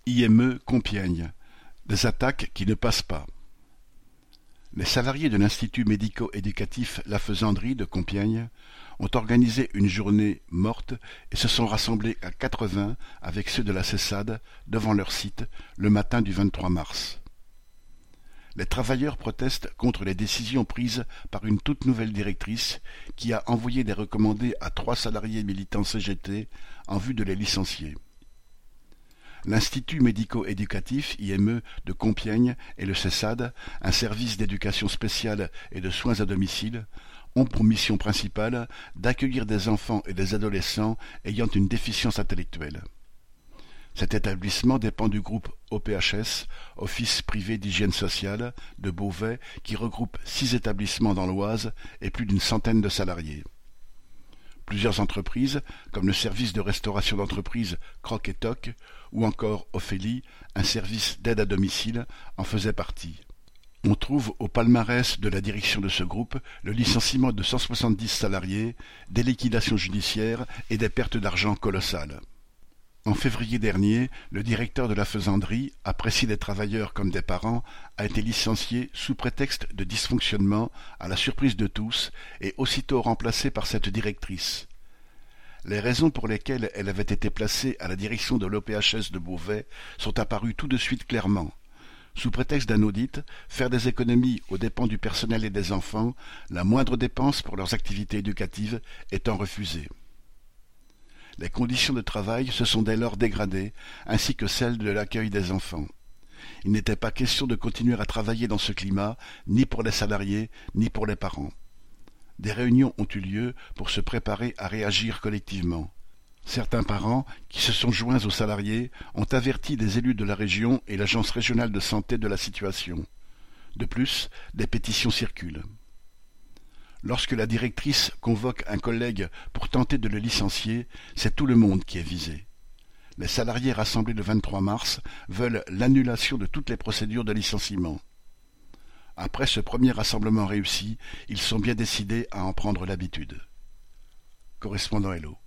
IME Compiègne, des attaques qui ne passent pas. Les salariés de l'Institut médico-éducatif La Faisanderie de Compiègne ont organisé une journée morte et se sont rassemblés à 80 avec ceux de la CESAD devant leur site le matin du 23 mars. Les travailleurs protestent contre les décisions prises par une toute nouvelle directrice qui a envoyé des recommandés à 3 salariés militants CGT en vue de les licencier. L'Institut médico-éducatif IME de Compiègne et le CESAD, un service d'éducation spéciale et de soins à domicile, ont pour mission principale d'accueillir des enfants et des adolescents ayant une déficience intellectuelle. Cet établissement dépend du groupe OPHS, Office privé d'hygiène sociale, de Beauvais, qui regroupe 6 établissements dans l'Oise et plus d'une centaine de salariés. Plusieurs entreprises, comme le service de restauration d'entreprise Croc et Toc, ou encore Ophélie, un service d'aide à domicile, en faisaient partie. On trouve au palmarès de la direction de ce groupe le licenciement de 170 salariés, des liquidations judiciaires et des pertes d'argent colossales. En février dernier, le directeur de la Faisanderie, apprécié des travailleurs comme des parents, a été licencié sous prétexte de dysfonctionnement, à la surprise de tous, et aussitôt remplacé par cette directrice. Les raisons pour lesquelles elle avait été placée à la direction de l'OPHS de Beauvais sont apparues tout de suite clairement. Sous prétexte d'un audit, faire des économies aux dépens du personnel et des enfants, la moindre dépense pour leurs activités éducatives étant refusée. Les conditions de travail se sont dès lors dégradées, ainsi que celles de l'accueil des enfants. Il n'était pas question de continuer à travailler dans ce climat, ni pour les salariés, ni pour les parents. Des réunions ont eu lieu pour se préparer à réagir collectivement. Certains parents, qui se sont joints aux salariés, ont averti les élus de la région et l'Agence régionale de santé de la situation. De plus, des pétitions circulent. Lorsque la directrice convoque un collègue pour tenter de le licencier, c'est tout le monde qui est visé. Les salariés rassemblés le 23 mars veulent l'annulation de toutes les procédures de licenciement. Après ce premier rassemblement réussi, ils sont bien décidés à en prendre l'habitude. Correspondant Hello.